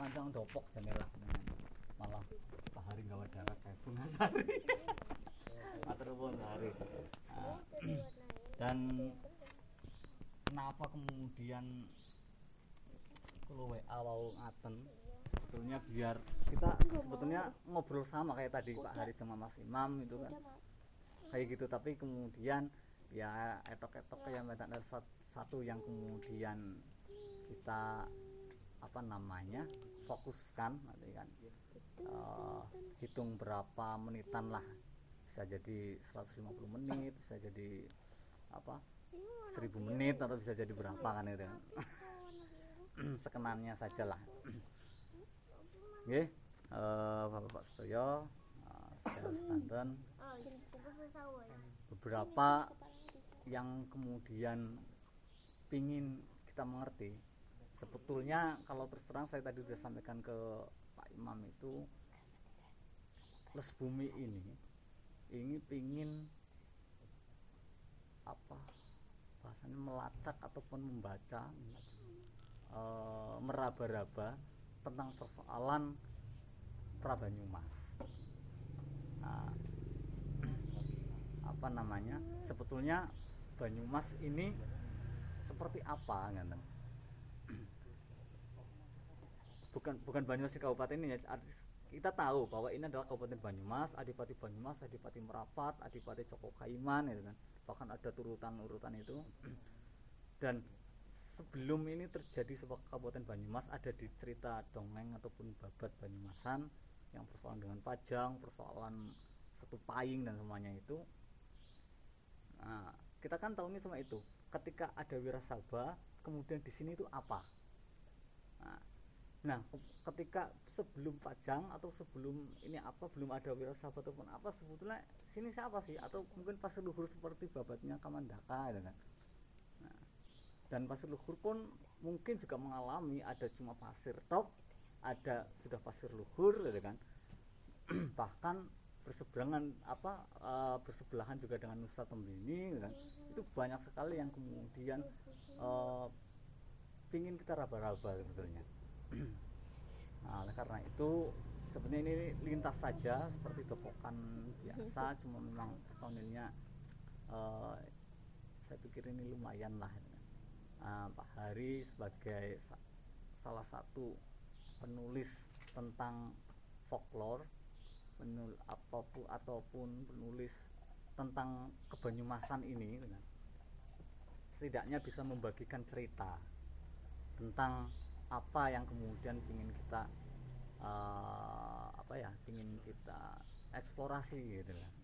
kancang dopok jane lah. Malah Pak Hari gawe darat kayak Bunga Sari. Matur nuwun Hari. Dan kenapa kemudian kalau WA wau ngaten sebetulnya biar kita sebetulnya ngobrol sama kayak tadi Pak Hari sama Mas Imam itu kan kayak gitu, tapi kemudian ya etok-etok kayak ada satu yang kemudian kita apa namanya fokuskan nanti kan hitung berapa menitan lah, bisa jadi 150 menit, bisa jadi apa 1000 menit atau bisa jadi berapa kan itu kan. Sekenannya sajalah. Nggih, Bapak sedaya, secara standar beberapa yang kemudian pingin kita mengerti. Sebetulnya kalau terus terang saya tadi sudah sampaikan ke Pak Imam itu, Les Bumi ini pingin apa bahasanya melacak ataupun membaca, meraba-raba tentang persoalan Prabanyumas. Nah, apa namanya? Sebetulnya Banyumas ini seperti apa kan? Bukan Banyumas di kabupaten ini ya. Kita tahu bahwa ini adalah Kabupaten Banyumas, Adipati Banyumas, Adipati Merapat, Adipati Joko Kaiman gitu kan. Bahkan ada urutan itu. Dan sebelum ini terjadi sebuah Kabupaten Banyumas, ada di cerita dongeng ataupun babat Banyumasan yang persoalan dengan Pajang, persoalan Satu Paying dan semuanya itu. Nah, kita kan tahu ini semua itu. Ketika ada Wirasaba, kemudian di sini itu apa? Nah, ketika sebelum Pajang atau sebelum ini apa, belum ada Wirasaba ataupun apa, sebetulnya sini siapa sih? Atau mungkin pasir luhur seperti babatnya Kamandaka gitu kan. Nah, dan pasir luhur pun mungkin juga mengalami ada cuma pasir tok, ada sudah pasir luhur gitu kan. Bahkan bersebelahan juga dengan Nusa Tembini gitu kan. Itu banyak sekali yang kemudian pingin kita raba-raba sebetulnya. Nah, karena itu sebenarnya ini lintas saja seperti topokan biasa, cuma memang personilnya saya pikir ini lumayan lah. Pak Hari sebagai salah satu penulis tentang folklore, ataupun penulis tentang kebanyumasan ini, setidaknya bisa membagikan cerita tentang apa yang kemudian ingin kita ingin kita eksplorasi gitu lah.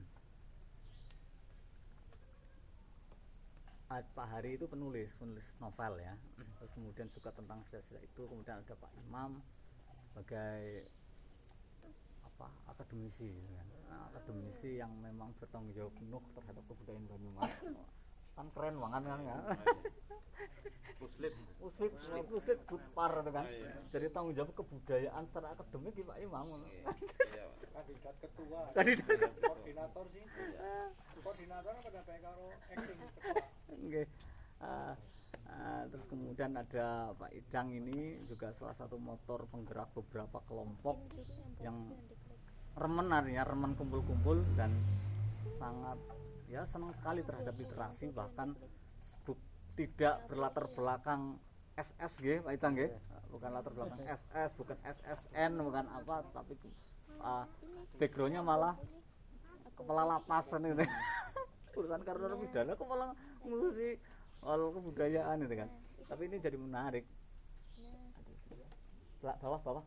Pak Hari itu penulis novel ya, terus kemudian suka tentang sejarah itu. Kemudian ada Pak Imam sebagai akademisi gitu kan. Akademisi yang memang bertanggung jawab penuh terhadap kebudayaan Banyumas. Kan keren banget kan ya. Puslit Budpar itu kan. Jadi tanggung jawab kebudayaan secara akademik di Pak Imam. Kandidat ketua. Koordinator sih. Koordinator pada karo acting ketua. Nggih. Terus kemudian ada Pak Idang, ini juga salah satu motor penggerak beberapa kelompok yang remen kumpul-kumpul dan sangat senang sekali terhadap literasi, bahkan tidak berlatar belakang SS nggih Pak Idang nggih, bukan latar belakang SS, bukan SSN, bukan apa, tapi backgroundnya malah kepala lapas gitu. Urusan karena pidana kok malah ngurusi kebudayaan itu kan. Tapi ini jadi menarik. Bawah.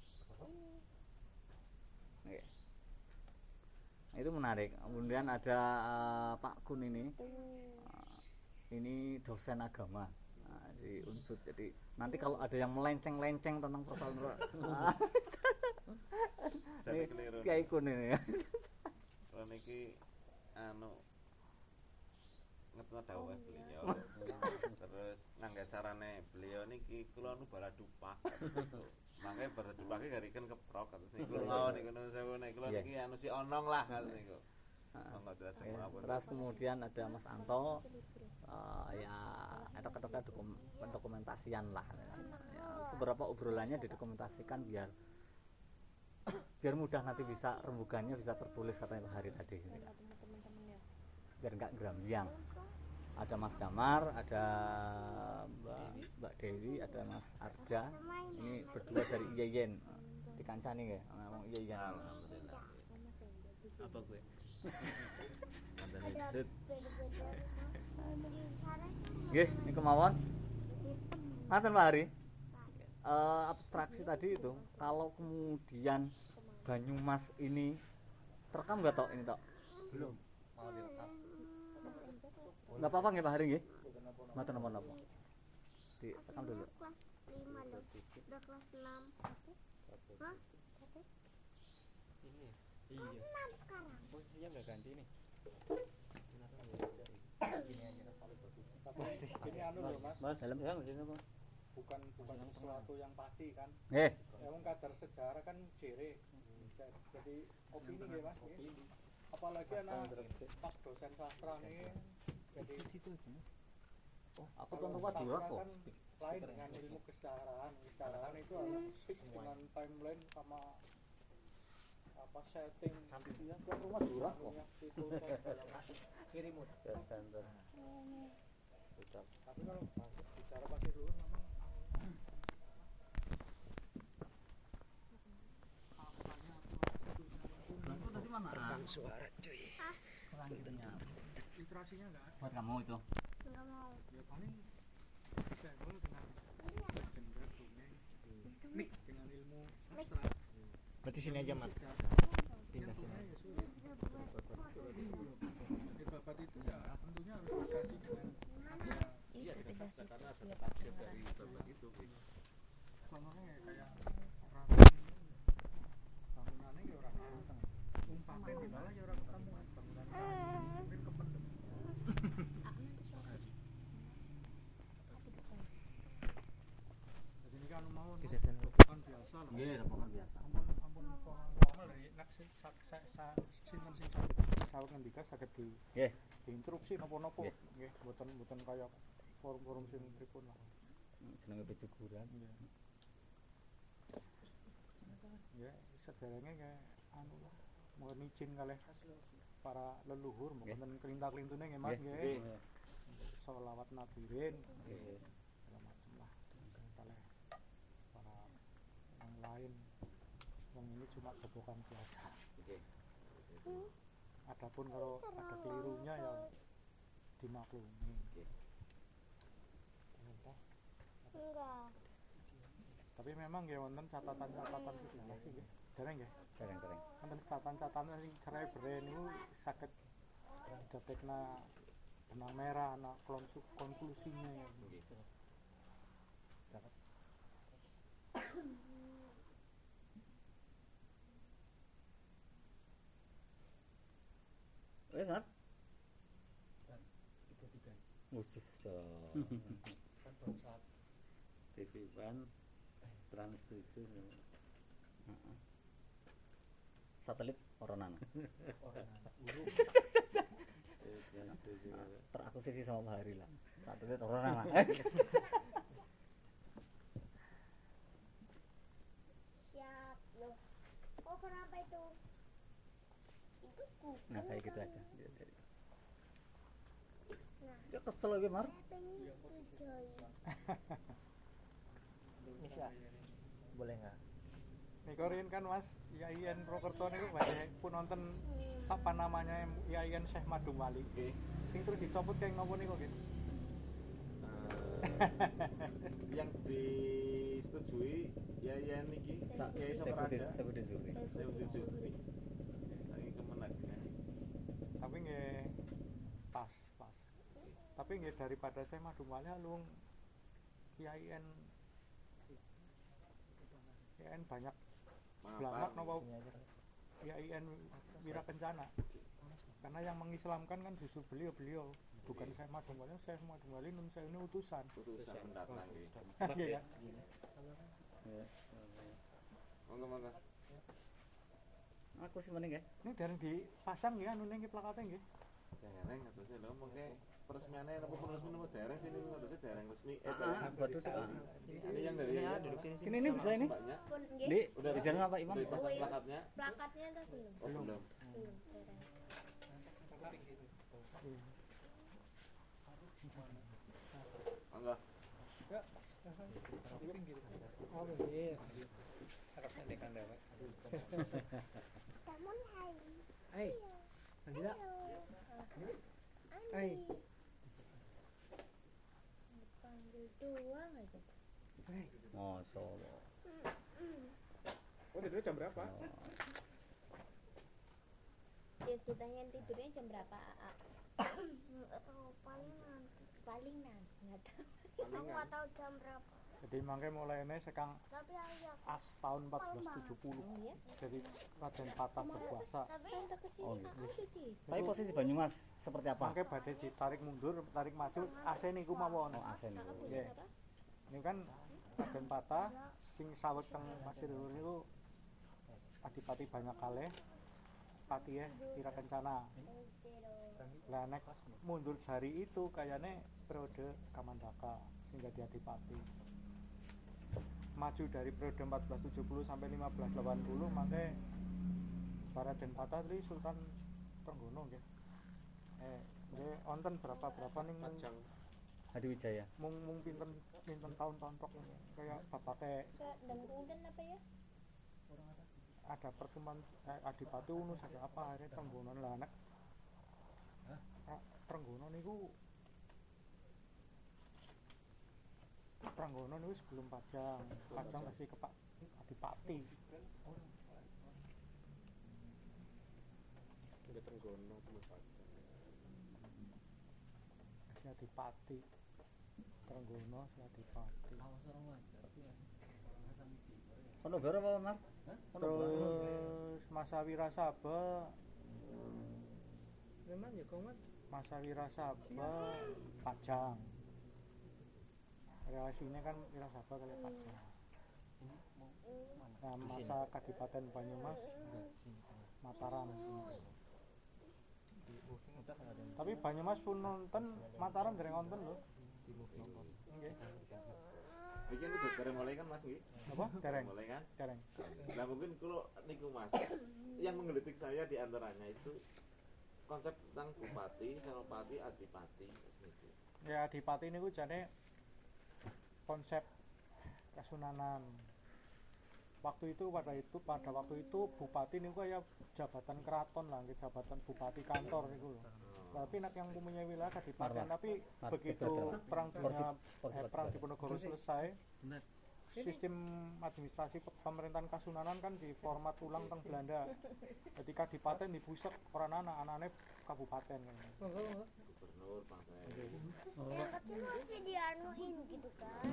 Oke. Itu menarik. Kemudian ada Pak Kun ini dosen agama di Unsud. Jadi nanti kalau ada yang melenceng-lenceng tentang persoalan jadi keliru. Kiai Kun ini ya. Kalau niki ngetno dawuh beliau. Terus nangga carane beliau niki kula nu baladupak. Mangke baladupak iki garikeun keprok terus niku mawon niku nuwun sewu nek kula niki si onong lah niku. Monggo diajeng Ya, mawon. terus kemudian ada Mas Anto, ya ada pendokumentasian lah ya, seberapa obrolannya didokumentasikan biar mudah nanti bisa rembugannya bisa tertulis katanya Pak Hari tadi gitu kan. Biar nggak gerambiang. Ada Mas Damar, ada Mbak Dewi, ada Mas Arja, ini berdua dari IAIN dikancani ya ngomong IAIN. Alhamdulillah. Apa gue? Mantan hidup. Nggih, ini kemauan. Ngaten Pak Hari. Abstraksi tadi itu kalau kemudian Banyumas ini terekam nggak tok ini tok? Belum. Mau direkam. Nggak apa-apa nggih Pak Hari nggih. Mboten napa-napa. Direkam dulu. Kelas 5 loh. Udah kelas 6. Hah? Ini. Kelas 6 sekarang. Posisinya nggak ganti nih. Gini aja paling bagus. Tapi ini anu loh Mas, Mas dalam ya sini apa? bukan sesuatu yang pasti kan. Nggih. Emang kadar sejarah kan jere. Jadi opini nggih Mas. Nggih. Apalagi anak Pak dosen sastra nih. Jadi Aku tentu Pak Durak kok. kan lain dengan ilmu kesejaraan. Kesejaraan itu harus fix dengan timeline sama apa setting Iya, tuan rumah Durak kok. itu Kirimut. tapi kalau bicara pasti dulu memang Itu tadi mana? Suara cuy. Orangnya. filtrasinya nggak ada. Buat kamu itu. Enggak mau. Ya paling senggol dengan benda dongeng mik dengan ilmu sastra. Berarti sini aja mat. Pindah sini. Ya sudah. Jadi babat itu ya tentunya harus dikaji dengan Iya, dengan sastra karena ada tafsir dari babat itu. contohnya kayak bangunannya ya orang umpamanya di bawah ya orang ketemu bangunan mungkin kependem. Jadi ini kan mau Geser sana. bukan biasa loh. Nggih, rokokan biasa. Ampun formal dari nek sinten sing sawet ngendika saged Nggih. diinstruksi napa-napa Nggih. nggih mboten kaya forum-forum sing pripun lah. Jenenge pejeguran. Nggih. Ya, sederenge kayak anu lah. Mohon izin kalih para leluhur mboten kelinta-kelintune nggih Mas Nggih. nggih. Sholawat nabirin Nggih. segala macam lah. Kalih para yang lain yang ini cuma bobokan biasa. Nggih. Adapun kalau ada kelirunya ya dimaklumi. Nggih. Enggak. Tapi memang ya wonten catatan-catatan sejarah sih nggih. Dereng nggih. Dereng-dereng. Wonten catatan-catatan sing cerai beren niku saged dadekna benang merah ana konklusinya ya. Nggih. Dapat. Wes, Mat. 33. Musuh to. Kan baru saat TV One Trans 7. Heeh. Satelit orang orang ulu. terakuisisi sama Pak Hari lah. Satelit orang Siap. Loh. Oh, kenapa itu? Itu kuku. Nah, kayak gitu aja. Nah, Dia kesel lagi, Mar. saya pengen videoin. Bisa. Boleh nggak? Niku riyen kan Mas IAIN Prokerto niku banyak pun nonton apa namanya IAIN Syekh Madung Wali. Nggih. Sing terus dicopot kayak ngopo niku nggih. Yang disetujui ya niki Kiai Soperaja. Sebutin Zuhri. Saya Zuhri. Saking kemenangnya. Tapi nggih pas. Tapi nggih daripada Syekh Madung Wali alung IAIN banyak belamat napa IAIN Wira Kencana. Karena yang mengislamkan kan justru beliau bukan Syekh Madung Wali. Syekh Madung Wali nun saya ini utusan. Utusan pendatang nggih. Nggih ya. Monggo. Aku simpen nggih. Ini dereng dipasang nggih anu ning plakate nggih. Dereng ngatose lho mengke peresmiane napa resmi napa dereng sini ngatose dereng resmi. Waduh, Ini yang dari ya duduk sini. sini ini bisa ini. Mbaknya. Pun nggih. Di, Udah bicara apa Imam? Udah dipasang plakatnya? Plakatnya dah belum. Oh, belum. Belum. Dereng. Enggak. Oh iya. Harus sendekan dewe. Namun hai. Hai. Lanjut. Hai. Panggil doang aja. Hai. Masa Allah. Oh, tidur jam berapa? Dia ditanyain tidurnya jam berapa, Aa? Enggak tahu, paling nanti. Paling nanti, enggak tahu. Aku enggak tahu jam berapa. Jadi mangke mulainya sekang Tapi ayah as tahun 1470. iya. Jadi Raden Patah berkuasa. Tapi untuk kesini Oh, Aa sedih. Tapi posisi Banyumas seperti apa? Mangke badhe ditarik mundur, tarik maju, AC niku mawon. Oh, Asen itu. Nggih. Ini kan Raden Patah sing saweg teng Pasir Luhur niku Adipati banyak kalih. Pati ya, Wira Kencana. Lah nek mundur jari itu kayaknya periode Kamandaka sing dadi Adipati. Maju dari periode 1470 sampai 1580 mangke Raden Patah tri Sultan Trenggono nggih. Nggih wonten berapa ning Hadi Wijaya. mung pinten tahun-tahun tok kayak bapake Dan kemudian apa ya? ada pertemuan Adipati Unus ada apa akhirnya Trenggono lah nek Trenggono niku sebelum Pajang masih ke Pak Adipati. Udah Trenggono belum Pajang. Si Adipati Trenggono si Adipati. Ono berapa Mas? Terus masa Wirasaba Memang ya komat. masa Wirasaba Pajang. Relasinya kan Wirasaba kali Pajang. Nah, masa Kadipaten Banyumas Mataram. Tapi Banyumas pun nonton, Mataram dereng nonton lho. Nggih. Iki udah dereng mulai kan Mas nggih? Apa? Dereng. Mulai kan? Dereng. Nah mungkin kalau niku Mas, yang menggelitik saya diantaranya itu konsep tentang bupati, senopati, adipati. Ya Adipati niku jane konsep Kasunanan. Pada waktu itu bupati niku kayak jabatan keraton lah, jabatan bupati kantor niku lho. Tapi nek yang mempunyai wilayah kadipaten, tapi begitu perang Diponegoro selesai, sistem administrasi pemerintahan Kasunanan kan diformat ulang teng Belanda. Jadi kadipaten dipusat orang anak-anaknya kabupaten kan. Gubernur, pakai. Yang kecil masih dianuin gitu kan.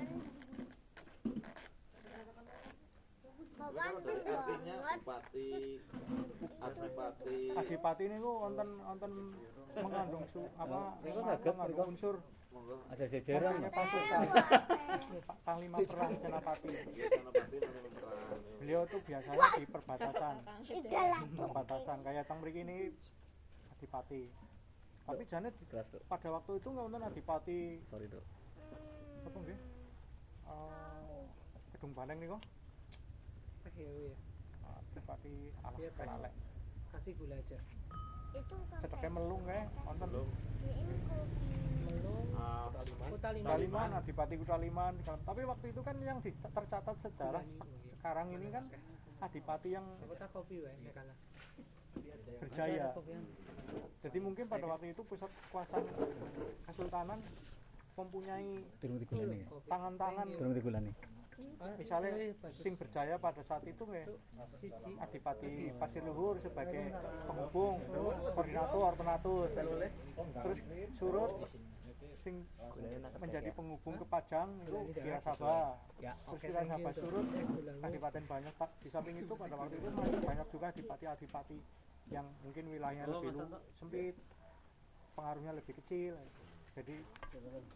Kapan tuh Artinya banget. bupati, adipati. Adipati niku wonten mengandung mengandung unsur Monggo. Ada jajaran. pasukan Panglima Perang Senapati. Ya senopati menurut perang. Beliau tuh biasanya di perbatasan kayak teng mriki ini Adipati. Tapi jane Kelas tuh. pada waktu itu nggak wonten Adipati Sorry tuh. apa nggih? Kedung Baneng niku. Ya. Adipati alas Iya, kan. kelelek. Kasih gula aja. Itu kan Cedeke melung kae wonten. ini kopi. Melung. Ah, Kota Lima. Kaliman, Adipati Kutaliman. Tapi waktu itu kan yang tercatat sejarah sekarang ini kan Adipati yang Kota kopi wae nek kalah. berjaya. Jadi mungkin pada waktu itu pusat kekuasaan Kesultanan mempunyai Durung digulani. ya? tangan-tangan Durung digulani. misalnya sing berjaya pada saat itu nggih Adipati Pasir Luhur sebagai penghubung, koordinator, penatus, terus surut sing menjadi penghubung ke Pajang itu Wirasaba. Terus Wirasaba surut Kadipaten Banyak. Di samping itu pada waktu itu masih banyak juga adipati-adipati yang mungkin wilayahnya lebih sempit, pengaruhnya lebih kecil. Jadi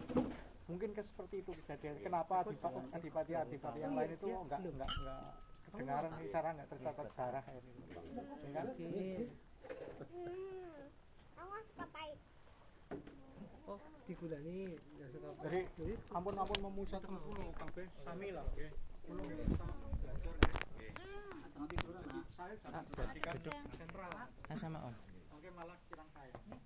mungkin seperti itu kejadian. Kenapa adipati-adipati yang lain itu enggak kedengaran nih Sarah nggak tercatat Sarah ini. Ya kan? Awas papai. Oh, digulani ya suka. Jadi ampun memusat kulo kabeh sami lah nggih. Kulo belajar nggih. Jangan tiduran, Nak. Saya jangan dijadikan sentral. Sama Om. Oke malah kirang saya.